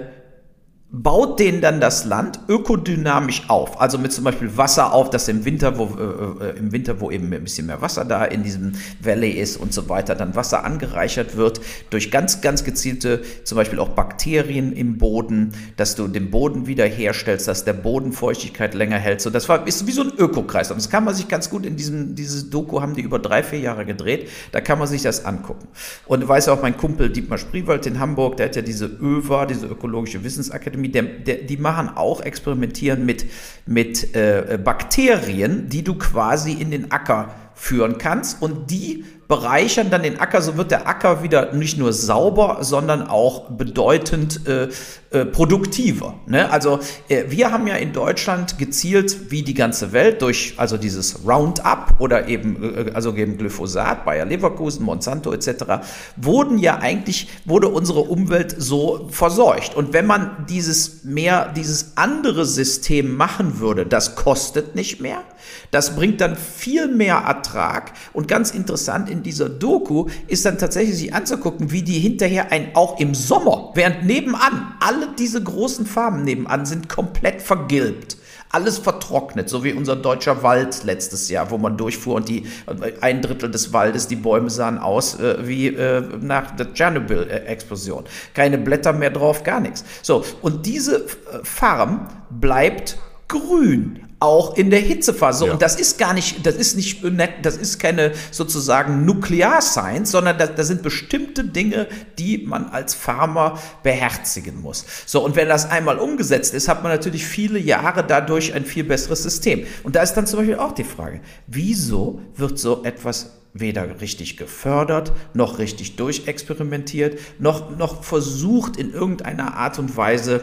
baut denen dann das Land ökodynamisch auf, also mit zum Beispiel Wasser auf, dass im Winter, wo äh, im Winter, wo eben ein bisschen mehr Wasser da in diesem Valley ist und so weiter, dann Wasser angereichert wird durch ganz, ganz gezielte, zum Beispiel auch Bakterien im Boden, dass du den Boden wieder herstellst, dass der Boden Feuchtigkeit länger hält. So, das war ist wie so ein Ökokreis. Und das kann man sich ganz gut in diesem, dieses Doku haben die über drei, vier Jahre gedreht, da kann man sich das angucken. Und weiß ja auch mein Kumpel Dietmar Spriewald in Hamburg, der hat ja diese Ö W A, diese Ökologische Wissensakademie, Der, der, die machen auch, experimentieren mit, mit äh, Bakterien, die du quasi in den Acker führen kannst und die bereichern dann den Acker, so wird der Acker wieder nicht nur sauber, sondern auch bedeutend äh, äh, produktiver. Ne? Also äh, wir haben ja in Deutschland gezielt, wie die ganze Welt, durch also dieses Roundup oder eben äh, also eben Glyphosat, Bayer Leverkusen, Monsanto et cetera, wurden ja eigentlich, wurde unsere Umwelt so verseucht. Und wenn man dieses mehr, dieses andere System machen würde, das kostet nicht mehr, das bringt dann viel mehr Ertrag und ganz interessant in dieser Doku ist dann tatsächlich sich anzugucken, wie die hinterher ein, auch im Sommer, während nebenan, alle diese großen Farmen nebenan sind komplett vergilbt. Alles vertrocknet, so wie unser deutscher Wald letztes Jahr, wo man durchfuhr und die ein Drittel des Waldes, die Bäume sahen aus äh, wie äh, nach der Tschernobyl-Explosion. Keine Blätter mehr drauf, gar nichts. So, und diese Farm bleibt grün. Auch in der Hitzephase. Ja. Und das ist gar nicht, das ist nicht, das ist keine sozusagen Nuklear-Science, sondern da, da sind bestimmte Dinge, die man als Farmer beherzigen muss. So, und wenn das einmal umgesetzt ist, hat man natürlich viele Jahre dadurch ein viel besseres System. Und da ist dann zum Beispiel auch die Frage, wieso wird so etwas weder richtig gefördert, noch richtig durchexperimentiert, noch, noch versucht in irgendeiner Art und Weise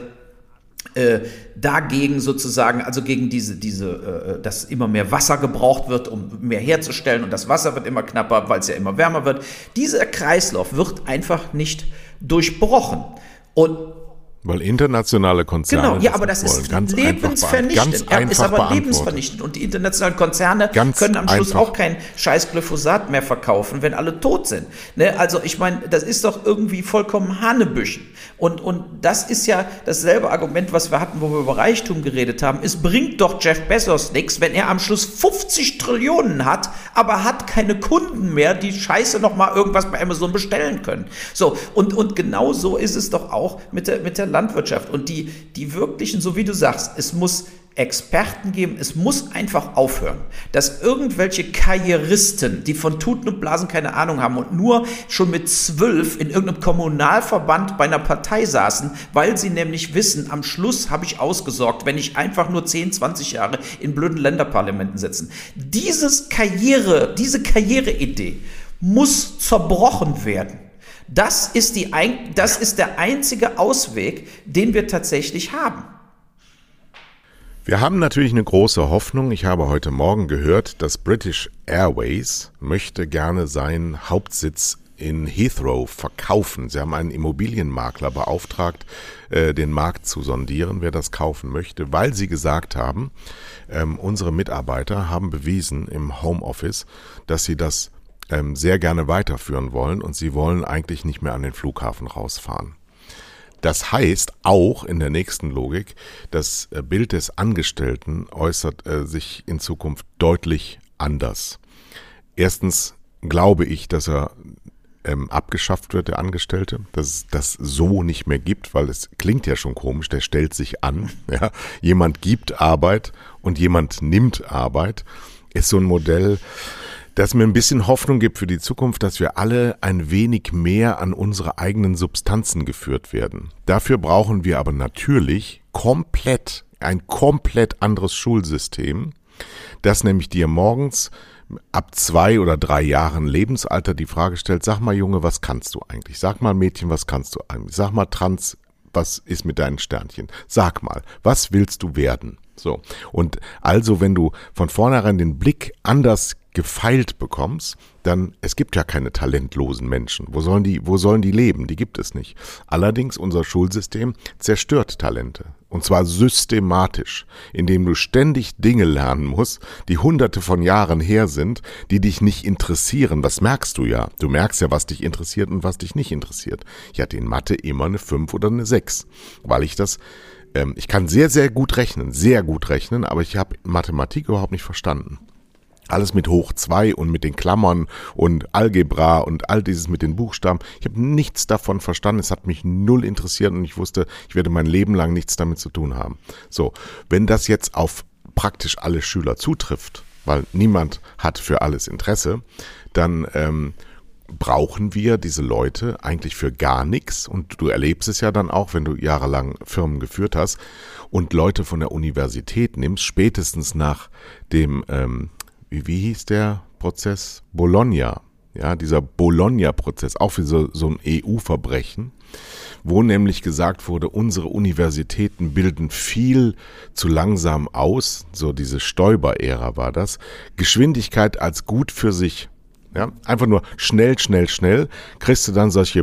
Äh, dagegen sozusagen, also gegen diese, diese, äh, dass immer mehr Wasser gebraucht wird, um mehr herzustellen und das Wasser wird immer knapper, weil es ja immer wärmer wird. Dieser Kreislauf wird einfach nicht durchbrochen. Und weil internationale Konzerne. Genau, ja, aber das ist ganz lebensvernichtend. Ganz ist aber lebensvernichtend. Und die internationalen Konzerne ganz können am Schluss einfach. auch kein scheiß Glyphosat mehr verkaufen, wenn alle tot sind. Ne? Also ich meine, das ist doch irgendwie vollkommen Hanebüchen. Und, und das ist ja dasselbe Argument, was wir hatten, wo wir über Reichtum geredet haben. Es bringt doch Jeff Bezos nichts, wenn er am Schluss fünfzig Trillionen hat, aber hat keine Kunden mehr, die Scheiße nochmal irgendwas bei Amazon bestellen können. So, und, und genau so ist es doch auch mit der, mit der Landwirtschaft. Und die, die wirklichen, so wie du sagst, es muss Experten geben, es muss einfach aufhören, dass irgendwelche Karrieristen, die von Tuten und Blasen keine Ahnung haben und nur schon mit zwölf in irgendeinem Kommunalverband bei einer Partei saßen, weil sie nämlich wissen, am Schluss habe ich ausgesorgt, wenn ich einfach nur zehn, zwanzig Jahre in blöden Länderparlamenten sitzen. Dieses Karriere, diese Karriereidee muss zerbrochen werden. Das ist, die, das ist der einzige Ausweg, den wir tatsächlich haben. Wir haben natürlich eine große Hoffnung. Ich habe heute Morgen gehört, dass British Airways möchte gerne seinen Hauptsitz in Heathrow verkaufen. Sie haben einen Immobilienmakler beauftragt, äh, den Markt zu sondieren, wer das kaufen möchte, weil sie gesagt haben, ähm, unsere Mitarbeiter haben bewiesen im Homeoffice, dass sie das ähm, sehr gerne weiterführen wollen und sie wollen eigentlich nicht mehr an den Flughafen rausfahren. Das heißt auch in der nächsten Logik, das Bild des Angestellten äußert äh, sich in Zukunft deutlich anders. Erstens glaube ich, dass er ähm, abgeschafft wird, der Angestellte, dass es das so nicht mehr gibt, weil es klingt ja schon komisch, der stellt sich an. Ja? Jemand gibt Arbeit und jemand nimmt Arbeit, ist so ein Modell, das mir ein bisschen Hoffnung gibt für die Zukunft, dass wir alle ein wenig mehr an unsere eigenen Substanzen geführt werden. Dafür brauchen wir aber natürlich komplett, ein komplett anderes Schulsystem, das nämlich dir morgens ab zwei oder drei Jahren Lebensalter die Frage stellt, sag mal Junge, was kannst du eigentlich? Sag mal Mädchen, was kannst du eigentlich? Sag mal Trans, was ist mit deinen Sternchen? Sag mal, was willst du werden? So. Und also, wenn du von vornherein den Blick anders gefeilt bekommst, dann, es gibt ja keine talentlosen Menschen. Wo sollen die, wo sollen die leben? Die gibt es nicht. Allerdings, unser Schulsystem zerstört Talente. Und zwar systematisch, indem du ständig Dinge lernen musst, die hunderte von Jahren her sind, die dich nicht interessieren. Das merkst du ja. Du merkst ja, was dich interessiert und was dich nicht interessiert. Ich hatte in Mathe immer eine fünf oder eine sechs, weil ich das, ähm, ich kann sehr, sehr gut rechnen, sehr gut rechnen, aber ich habe Mathematik überhaupt nicht verstanden. Alles mit hoch zwei und mit den Klammern und Algebra und all dieses mit den Buchstaben. Ich habe nichts davon verstanden. Es hat mich null interessiert und ich wusste, ich werde mein Leben lang nichts damit zu tun haben. So, wenn das jetzt auf praktisch alle Schüler zutrifft, weil niemand hat für alles Interesse, dann ähm, brauchen wir diese Leute eigentlich für gar nichts. Und du erlebst es ja dann auch, wenn du jahrelang Firmen geführt hast und Leute von der Universität nimmst, spätestens nach dem ähm, Wie, wie hieß der Prozess? Bologna. Ja, dieser Bologna-Prozess, auch wie so, so ein E U-Verbrechen, wo nämlich gesagt wurde, unsere Universitäten bilden viel zu langsam aus. So diese Stoiber-Ära war das. Geschwindigkeit als gut für sich. Ja, einfach nur schnell, schnell, schnell. Kriegst du dann solche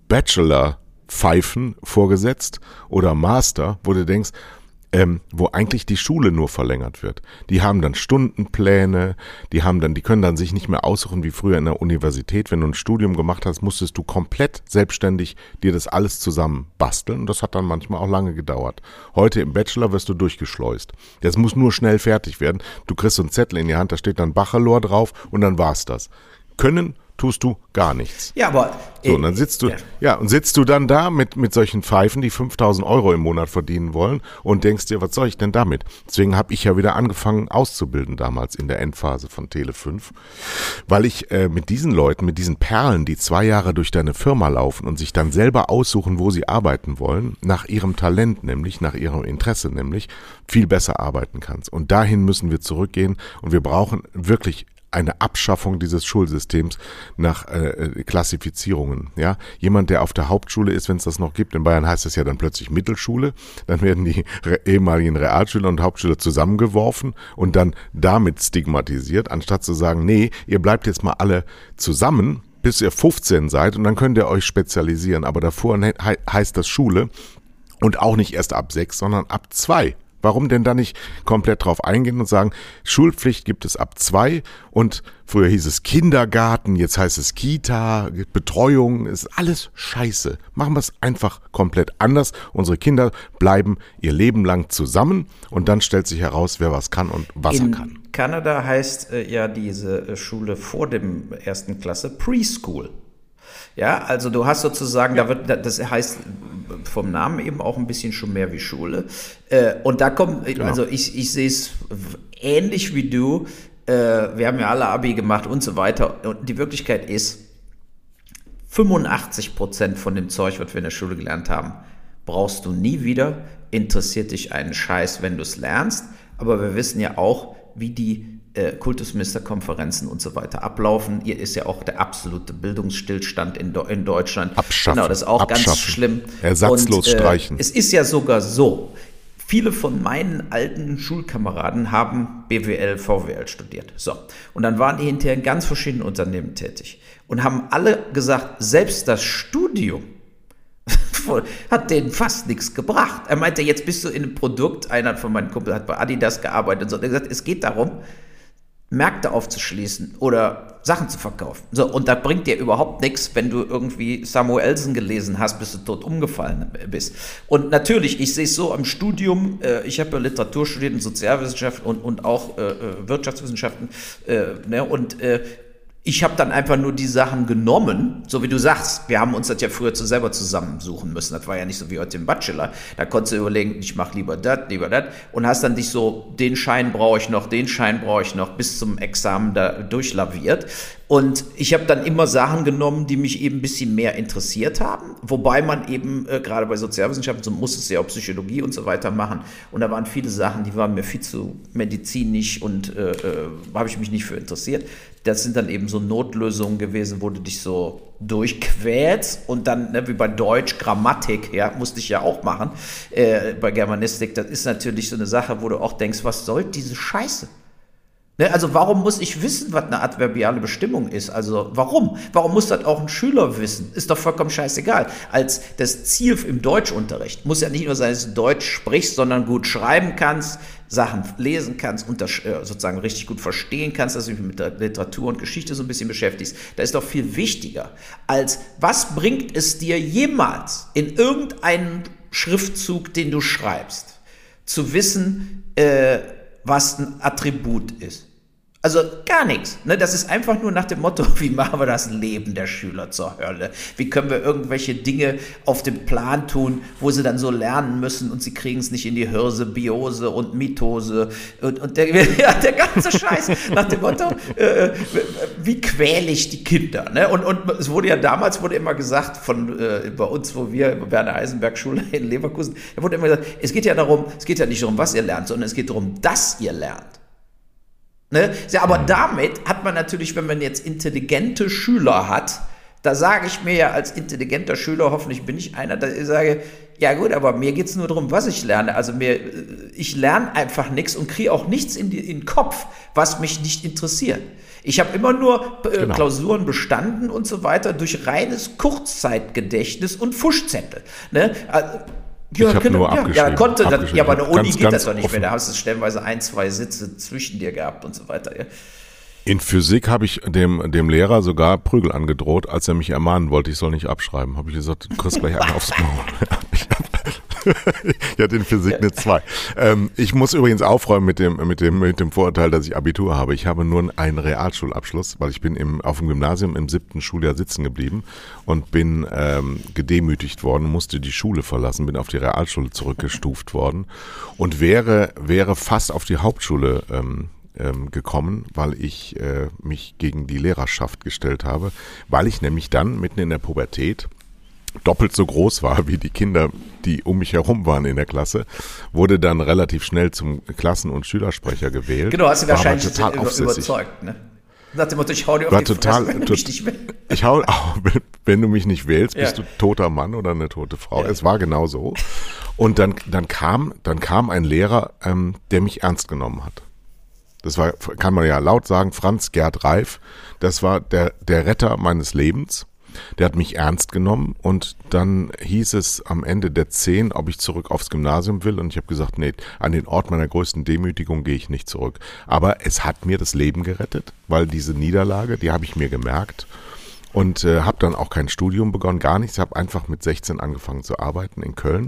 Bachelor-Pfeifen vorgesetzt oder Master, wo du denkst, Ähm, wo eigentlich die Schule nur verlängert wird. Die haben dann Stundenpläne, die haben dann, die können dann sich nicht mehr aussuchen wie früher in der Universität. Wenn du ein Studium gemacht hast, musstest du komplett selbstständig dir das alles zusammen basteln und das hat dann manchmal auch lange gedauert. Heute im Bachelor wirst du durchgeschleust. Das muss nur schnell fertig werden. Du kriegst so einen Zettel in die Hand, da steht dann Bachelor drauf und dann war's das. Können tust du gar nichts. Ja, aber so, und dann sitzt du, ja. ja, und sitzt du dann da mit, mit solchen Pfeifen, die fünftausend Euro im Monat verdienen wollen und denkst dir, was soll ich denn damit? Deswegen habe ich ja wieder angefangen auszubilden damals in der Endphase von Tele fünf, weil ich äh, mit diesen Leuten, mit diesen Perlen, die zwei Jahre durch deine Firma laufen und sich dann selber aussuchen, wo sie arbeiten wollen, nach ihrem Talent nämlich, nach ihrem Interesse nämlich, viel besser arbeiten kannst. Und dahin müssen wir zurückgehen und wir brauchen wirklich eine Abschaffung dieses Schulsystems nach äh, Klassifizierungen. Ja, jemand, der auf der Hauptschule ist, wenn es das noch gibt, in Bayern heißt das ja dann plötzlich Mittelschule, dann werden die re- ehemaligen Realschüler und Hauptschüler zusammengeworfen und dann damit stigmatisiert, anstatt zu sagen, nee, ihr bleibt jetzt mal alle zusammen, bis ihr fünfzehn seid und dann könnt ihr euch spezialisieren. Aber davor he- heißt das Schule und auch nicht erst ab sechs, sondern ab zwei. Warum denn da nicht komplett drauf eingehen und sagen, Schulpflicht gibt es ab zwei und früher hieß es Kindergarten, jetzt heißt es Kita, Betreuung, ist alles scheiße. Machen wir es einfach komplett anders. Unsere Kinder bleiben ihr Leben lang zusammen und dann stellt sich heraus, wer was kann und was In er kann. Kanada heißt äh, ja diese äh, Schule vor dem ersten Klasse Preschool. Ja, also du hast sozusagen, da wird, das heißt vom Namen eben auch ein bisschen schon mehr wie Schule. Äh, und da kommt, genau. also ich, ich sehe es ähnlich wie du. Äh, wir haben ja alle Abi gemacht und so weiter. Und die Wirklichkeit ist, fünfundachtzig Prozent von dem Zeug, was wir in der Schule gelernt haben, brauchst du nie wieder. Interessiert dich einen Scheiß, wenn du es lernst. Aber wir wissen ja auch, wie die Kultusministerkonferenzen und so weiter ablaufen. Hier ist ja auch der absolute Bildungsstillstand in, in Deutschland. Abschaffen. Genau, das ist auch Abschaffen. ganz schlimm. Ersatzlos und, äh, streichen. Es ist ja sogar so, viele von meinen alten Schulkameraden haben B W L, V W L studiert. So. Und dann waren die hinterher in ganz verschiedenen Unternehmen tätig und haben alle gesagt, selbst das Studium hat denen fast nichts gebracht. Er meinte, jetzt bist du in einem Produkt, einer von meinen Kumpeln hat bei Adidas gearbeitet und so. Er hat gesagt, es geht darum, Märkte aufzuschließen oder Sachen zu verkaufen. So, und da bringt dir überhaupt nichts, wenn du irgendwie Samuelsen gelesen hast, bis du tot umgefallen bist. Und natürlich, ich sehe es so am Studium, äh, ich habe ja Literatur studiert und Sozialwissenschaften und, und auch äh, Wirtschaftswissenschaften, äh, ne, und äh, ich habe dann einfach nur die Sachen genommen, so wie du sagst, wir haben uns das ja früher zu selber zusammensuchen müssen, das war ja nicht so wie heute im Bachelor, da konntest du überlegen, ich mache lieber das, lieber das und hast dann dich so, den Schein brauche ich noch, den Schein brauche ich noch, bis zum Examen da durchlaviert. Und ich habe dann immer Sachen genommen, die mich eben ein bisschen mehr interessiert haben, wobei man eben, äh, gerade bei Sozialwissenschaften, so muss es ja auch Psychologie und so weiter machen. Und da waren viele Sachen, die waren mir viel zu medizinisch und äh, äh, habe ich mich nicht für interessiert. Das sind dann eben so Notlösungen gewesen, wo du dich so durchquälst und dann, ne, wie bei Deutsch, Grammatik, ja, musste ich ja auch machen, äh, bei Germanistik, das ist natürlich so eine Sache, wo du auch denkst, was soll diese Scheiße? Ne, also warum muss ich wissen, was eine adverbiale Bestimmung ist? Also warum? Warum muss das auch ein Schüler wissen? Ist doch vollkommen scheißegal. Als das Ziel im Deutschunterricht muss ja nicht nur sein, dass du Deutsch sprichst, sondern gut schreiben kannst, Sachen lesen kannst und das sozusagen richtig gut verstehen kannst, dass du dich mit der Literatur und Geschichte so ein bisschen beschäftigst. Das ist doch viel wichtiger, als was bringt es dir jemals in irgendeinem Schriftzug, den du schreibst, zu wissen, äh, was ein Attribut ist. Also gar nichts. Ne? Das ist einfach nur nach dem Motto, wie machen wir das Leben der Schüler zur Hölle? Wie können wir irgendwelche Dinge auf dem Plan tun, wo sie dann so lernen müssen und sie kriegen es nicht in die Hirse, Biose und Mitose und, und der, ja, der ganze Scheiß nach dem Motto, äh, wie quäle ich die Kinder? Ne? Und, und es wurde ja damals wurde immer gesagt, von äh, bei uns, wo wir, Werner-Eisenberg-Schule in Leverkusen, da wurde immer gesagt, es geht ja darum, es geht ja nicht darum, was ihr lernt, sondern es geht darum, dass ihr lernt. Ne? Ja, aber damit hat man natürlich, wenn man jetzt intelligente Schüler hat, da sage ich mir ja als intelligenter Schüler, hoffentlich bin ich einer, dass ich sage, ja gut, aber mir geht es nur darum, was ich lerne. Also mir, ich lerne einfach nichts und kriege auch nichts in, die, in den Kopf, was mich nicht interessiert. Ich habe immer nur äh, genau. Klausuren bestanden und so weiter durch reines Kurzzeitgedächtnis und Fuschzettel. Ne? Also, Ja, ich habe nur ja, abgeschrieben. Ja, konnte, das, ja, aber eine Uni ganz, geht ganz das doch nicht offen. mehr. Da hast du stellenweise ein, zwei Sitze zwischen dir gehabt und so weiter. Ja. In Physik habe ich dem, dem Lehrer sogar Prügel angedroht, als er mich ermahnen wollte, ich soll nicht abschreiben. Habe ich gesagt, du kriegst gleich einen aufs Maul. Ich hatte in Physik eine zwei. Ähm, ich muss übrigens aufräumen mit dem, mit dem, mit dem Vorurteil, dass ich Abitur habe. Ich habe nur einen Realschulabschluss, weil ich bin im, auf dem Gymnasium im siebten Schuljahr sitzen geblieben und bin ähm, gedemütigt worden, musste die Schule verlassen, bin auf die Realschule zurückgestuft worden und wäre, wäre fast auf die Hauptschule ähm, ähm, gekommen, weil ich äh, mich gegen die Lehrerschaft gestellt habe, weil ich nämlich dann mitten in der Pubertät doppelt so groß war wie die Kinder, die um mich herum waren in der Klasse, wurde dann relativ schnell zum Klassen- und Schülersprecher gewählt. Genau, hast du war wahrscheinlich total über, aufsässig. überzeugt, ne? Nach dem Motto, ich hau dir auf war die total, Fresse, wenn du mich nicht willst. Ich hau, wenn du mich nicht wählst, bist Ja. du toter Mann oder eine tote Frau. Ja. Es war genau so. Und dann, dann kam, dann kam ein Lehrer, ähm, der mich ernst genommen hat. Das war, kann man ja laut sagen, Franz Gerd Reif. Das war der, der Retter meines Lebens. Der hat mich ernst genommen und dann hieß es am Ende der zehn, ob ich zurück aufs Gymnasium will und ich habe gesagt, nee, an den Ort meiner größten Demütigung gehe ich nicht zurück. Aber es hat mir das Leben gerettet, weil diese Niederlage, die habe ich mir gemerkt und äh, habe dann auch kein Studium begonnen, gar nichts. Ich habe einfach mit sechzehn angefangen zu arbeiten in Köln.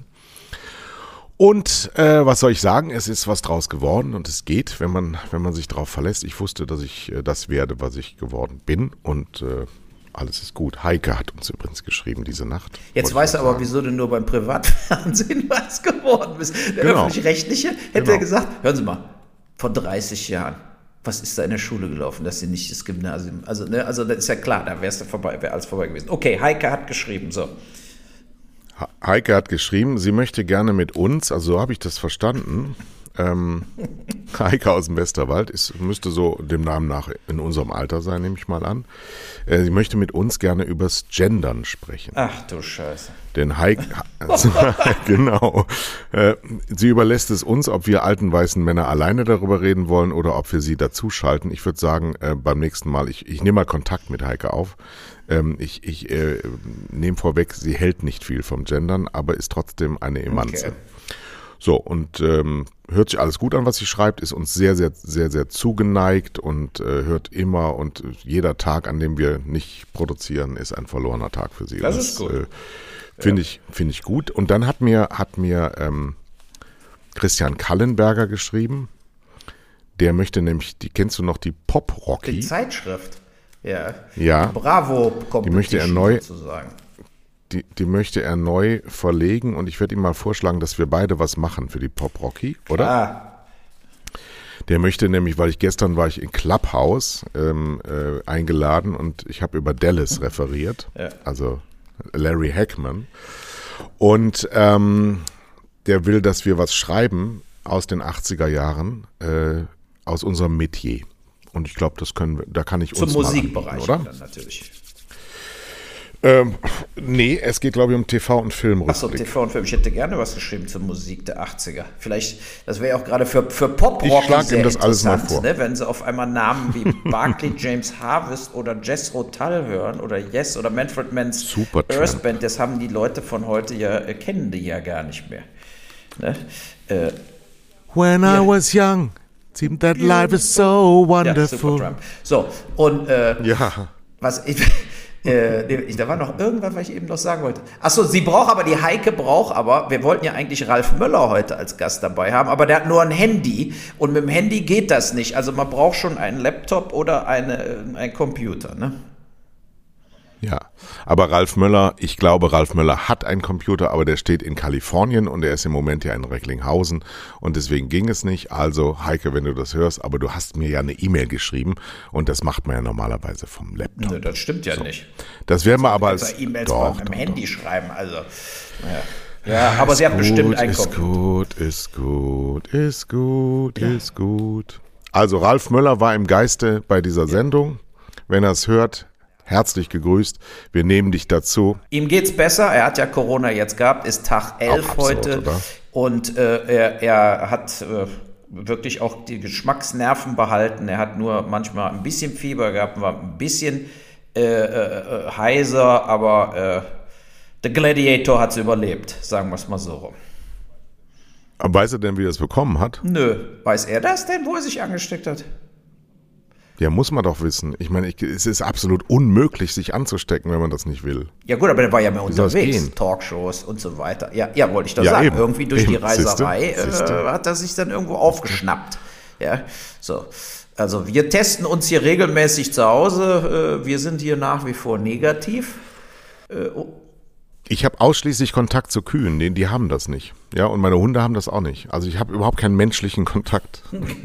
Und äh, was soll ich sagen, es ist was draus geworden und es geht, wenn man, wenn man sich darauf verlässt. Ich wusste, dass ich äh, das werde, was ich geworden bin und äh, alles ist gut. Heike hat uns übrigens geschrieben diese Nacht. Jetzt weißt du aber, wieso du nur beim Privatfernsehen was geworden bist. Der Genau. Öffentlich-Rechtliche hätte Genau. er gesagt, hören Sie mal, vor dreißig Jahren, was ist da in der Schule gelaufen, dass Sie nicht das Gymnasium, also, ne, also das ist ja klar, da wärst du vorbei, wäre alles vorbei gewesen. Okay, Heike hat geschrieben, so. Heike hat geschrieben, sie möchte gerne mit uns, also so habe ich das verstanden, Ähm, Heike aus dem Westerwald, ist, müsste so dem Namen nach in unserem Alter sein, nehme ich mal an. Äh, sie möchte mit uns gerne übers Gendern sprechen. Ach du Scheiße. Denn Heike, also, genau, äh, sie überlässt es uns, ob wir alten weißen Männer alleine darüber reden wollen oder ob wir sie dazuschalten. Ich würde sagen, äh, beim nächsten Mal, ich, ich nehme mal Kontakt mit Heike auf. Ähm, ich ich äh, nehme vorweg, sie hält nicht viel vom Gendern, aber ist trotzdem eine Emanze. Okay. So, und ähm, hört sich alles gut an, was sie schreibt, ist uns sehr, sehr, sehr, sehr zugeneigt und äh, hört immer und jeder Tag, an dem wir nicht produzieren, ist ein verlorener Tag für sie. Das, das ist gut. Äh, Finde ja. ich, finde ich gut. Und dann hat mir, hat mir ähm, Christian Kallenberger geschrieben, der möchte nämlich, die kennst du noch, die Pop-Rocky? Die Zeitschrift. Ja. Ja. Bravo Die möchte er neu, sozusagen. Die, die möchte er neu verlegen und ich werde ihm mal vorschlagen, dass wir beide was machen für die Pop-Rocky, oder? Ah. Der möchte nämlich, weil ich gestern war ich in Clubhouse ähm, äh, eingeladen und ich habe über Dallas referiert, ja. also Larry Hackman. Und ähm, der will, dass wir was schreiben aus den achtziger Jahren, äh, aus unserem Metier. Und ich glaube, das können wir, da kann ich Zum uns Musikbereich mal anbieten, oder? Dann natürlich. Ähm, nee, es geht, glaube ich, um T V und Filmrückblick. Achso, T V und Film. Ich hätte gerne was geschrieben zur Musik der achtziger. Vielleicht, das wäre ja auch gerade für, für Pop-Rock sehr ihm das alles mal vor. Ne? Wenn sie auf einmal Namen wie Barclay James Harvest oder Jethro Tull hören oder Yes oder Manfred Mann's Earth Band, das haben die Leute von heute ja, äh, kennen die ja gar nicht mehr. Ne? Äh, When ja. I was young, seemed that life is so wonderful. Ja, so, und äh, ja. was ich... Äh, da war noch irgendwas, was ich eben noch sagen wollte. Achso, sie braucht aber, die Heike braucht aber, wir wollten ja eigentlich Ralf Möller heute als Gast dabei haben, aber der hat nur ein Handy und mit dem Handy geht das nicht. Also man braucht schon einen Laptop oder eine, einen Computer, ne? Ja, aber Ralf Möller, ich glaube, Ralf Möller hat einen Computer, aber der steht in Kalifornien und er ist im Moment ja in Recklinghausen und deswegen ging es nicht. Also Heike, wenn du das hörst, aber du hast mir ja eine E-Mail geschrieben und das macht man ja normalerweise vom Laptop. Ne, das stimmt ja so. Nicht. Das werden wir aber als E-Mails doch, beim doch, Handy doch. schreiben, also ja, ja aber ist sie hat gut, bestimmt einen ist Computer. Gut, ist gut, ist gut, ja. ist gut. Also Ralf Möller war im Geiste bei dieser ja. Sendung. Wenn er es hört, herzlich gegrüßt. Wir nehmen dich dazu. Ihm geht's besser. Er hat ja Corona jetzt gehabt, ist Tag elf absolut, heute. Oder? Und äh, er, er hat äh, wirklich auch die Geschmacksnerven behalten. Er hat nur manchmal ein bisschen Fieber gehabt, war ein bisschen äh, äh, heiser, aber äh, der Gladiator hat es überlebt, sagen wir es mal so rum. Aber weiß er denn, wie er es bekommen hat? Nö. Weiß er das denn, wo er sich angesteckt hat? Ja, muss man doch wissen. Ich meine, ich, es ist absolut unmöglich, sich anzustecken, wenn man das nicht will. Ja gut, aber der war ja mehr Wie soll es unterwegs, gehen? Talkshows und so weiter. Ja, ja wollte ich doch Ja, sagen. eben. Irgendwie durch Eben. die Reiserei Siehste? Siehste? Äh, hat er sich dann irgendwo aufgeschnappt. Ja, so. Also wir testen uns hier regelmäßig zu Hause. Äh, wir sind hier nach wie vor negativ. Äh, oh. Ich habe ausschließlich Kontakt zu Kühen, die, die haben das nicht. Ja, und meine Hunde haben das auch nicht. Also ich habe überhaupt keinen menschlichen Kontakt.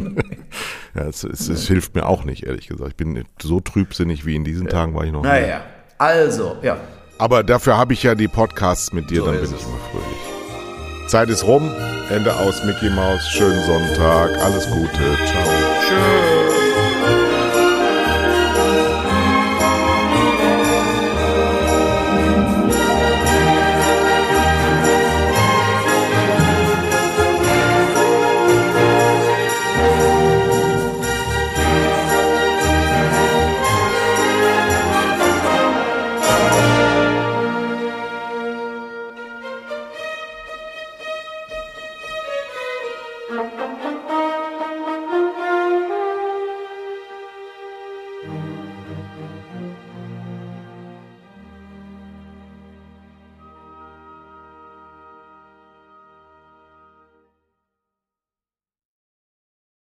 ja, es, es, es hilft mir auch nicht, ehrlich gesagt. Ich bin so trübsinnig wie in diesen Tagen war ich noch Naja, nie. Also, ja. Aber dafür habe ich ja die Podcasts mit dir, so dann bin ich immer fröhlich. Zeit ist rum, Ende aus, Mickey Maus, schönen Sonntag, alles Gute, ciao. Tschüss. Thank you.